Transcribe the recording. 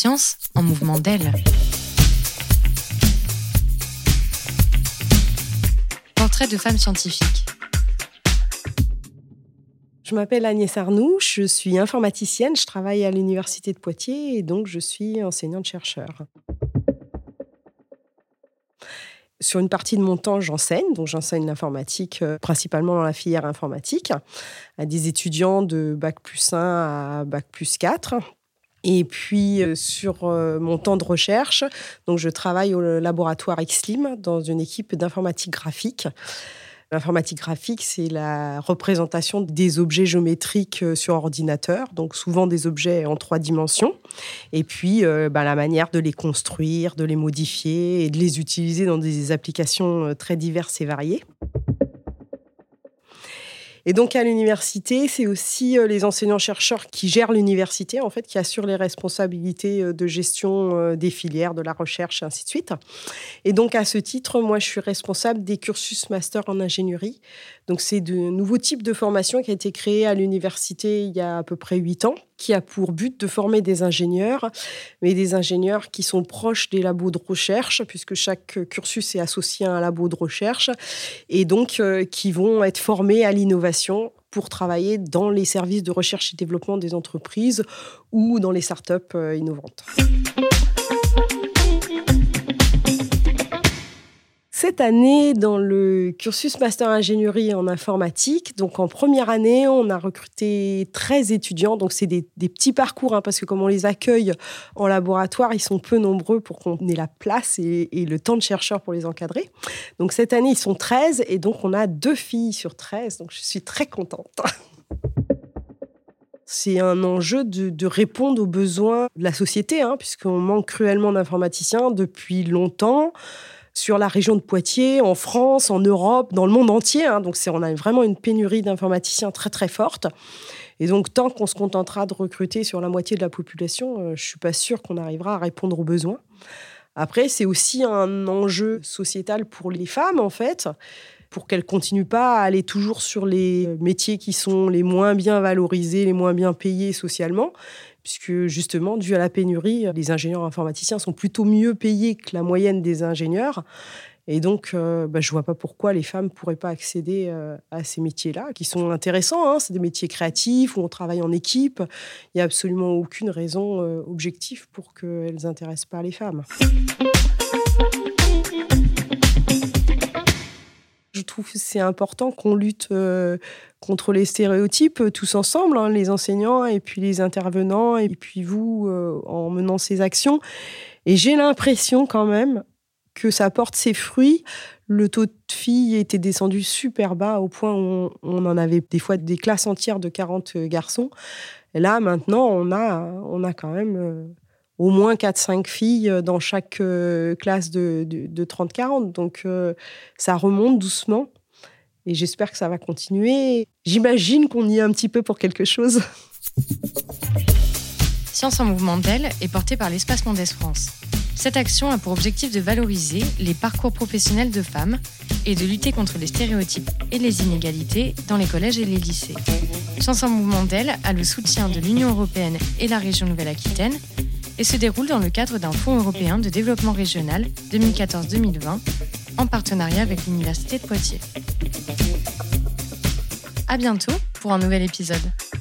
Science en mouvement d'aile. Portrait de femme scientifique. Je m'appelle Agnès Arnoux, je suis informaticienne, je travaille à l'Université de Poitiers et donc je suis enseignante-chercheur. Sur une partie de mon temps, j'enseigne l'informatique principalement dans la filière informatique, à des étudiants de Bac+1 à Bac+4. Et puis, sur mon temps de recherche, donc je travaille au laboratoire XLIM dans une équipe d'informatique graphique. L'informatique graphique, c'est la représentation des objets géométriques sur ordinateur, donc souvent des objets en 3 dimensions. Et puis, la manière de les construire, de les modifier et de les utiliser dans des applications très diverses et variées. Et donc, à l'université, c'est aussi les enseignants-chercheurs qui gèrent l'université, en fait, qui assurent les responsabilités de gestion des filières, de la recherche, et ainsi de suite. Et donc, à ce titre, moi, je suis responsable des cursus master en ingénierie. Donc, c'est de nouveaux types de formation qui a été créé à l'université il y a à peu près 8 ans, qui a pour but de former des ingénieurs, mais des ingénieurs qui sont proches des labos de recherche, puisque chaque cursus est associé à un labo de recherche, et donc qui vont être formés à l'innovation pour travailler dans les services de recherche et développement des entreprises ou dans les startups innovantes. Cette année, dans le cursus Master Ingénierie en informatique, donc en première année, on a recruté 13 étudiants. Donc, c'est des petits parcours, parce que comme on les accueille en laboratoire, ils sont peu nombreux pour qu'on ait la place et le temps de chercheurs pour les encadrer. Donc, cette année, ils sont 13 et donc on a 2 filles sur 13. Donc, je suis très contente. C'est un enjeu de répondre aux besoins de la société, puisqu'on manque cruellement d'informaticiens depuis longtemps. Sur la région de Poitiers, en France, en Europe, dans le monde entier. Donc, on a vraiment une pénurie d'informaticiens très, très forte. Et donc, tant qu'on se contentera de recruter sur la moitié de la population, je ne suis pas sûre qu'on arrivera à répondre aux besoins. Après, c'est aussi un enjeu sociétal pour les femmes, en fait, pour qu'elles ne continuent pas à aller toujours sur les métiers qui sont les moins bien valorisés, les moins bien payés socialement, puisque justement, dû à la pénurie, les ingénieurs informaticiens sont plutôt mieux payés que la moyenne des ingénieurs. Et donc, je ne vois pas pourquoi les femmes ne pourraient pas accéder à ces métiers-là, qui sont intéressants. C'est des métiers créatifs, où on travaille en équipe. Il n'y a absolument aucune raison objective pour qu'elles n'intéressent pas les femmes. Je trouve que c'est important qu'on lutte contre les stéréotypes tous ensemble, les enseignants et puis les intervenants et puis vous en menant ces actions. Et j'ai l'impression quand même que ça porte ses fruits. Le taux de filles était descendu super bas au point où on en avait des fois des classes entières de 40 garçons. Et là, maintenant, on a quand même au moins 4-5 filles dans chaque classe de 30-40. Donc, ça remonte doucement. Et j'espère que ça va continuer. J'imagine qu'on y est un petit peu pour quelque chose. Science en mouvement d'aile est portée par l'Espace Mondes France. Cette action a pour objectif de valoriser les parcours professionnels de femmes et de lutter contre les stéréotypes et les inégalités dans les collèges et les lycées. Science en mouvement d'aile a le soutien de l'Union européenne et la région Nouvelle-Aquitaine et se déroule dans le cadre d'un fonds européen de développement régional 2014-2020 en partenariat avec l'Université de Poitiers. À bientôt pour un nouvel épisode.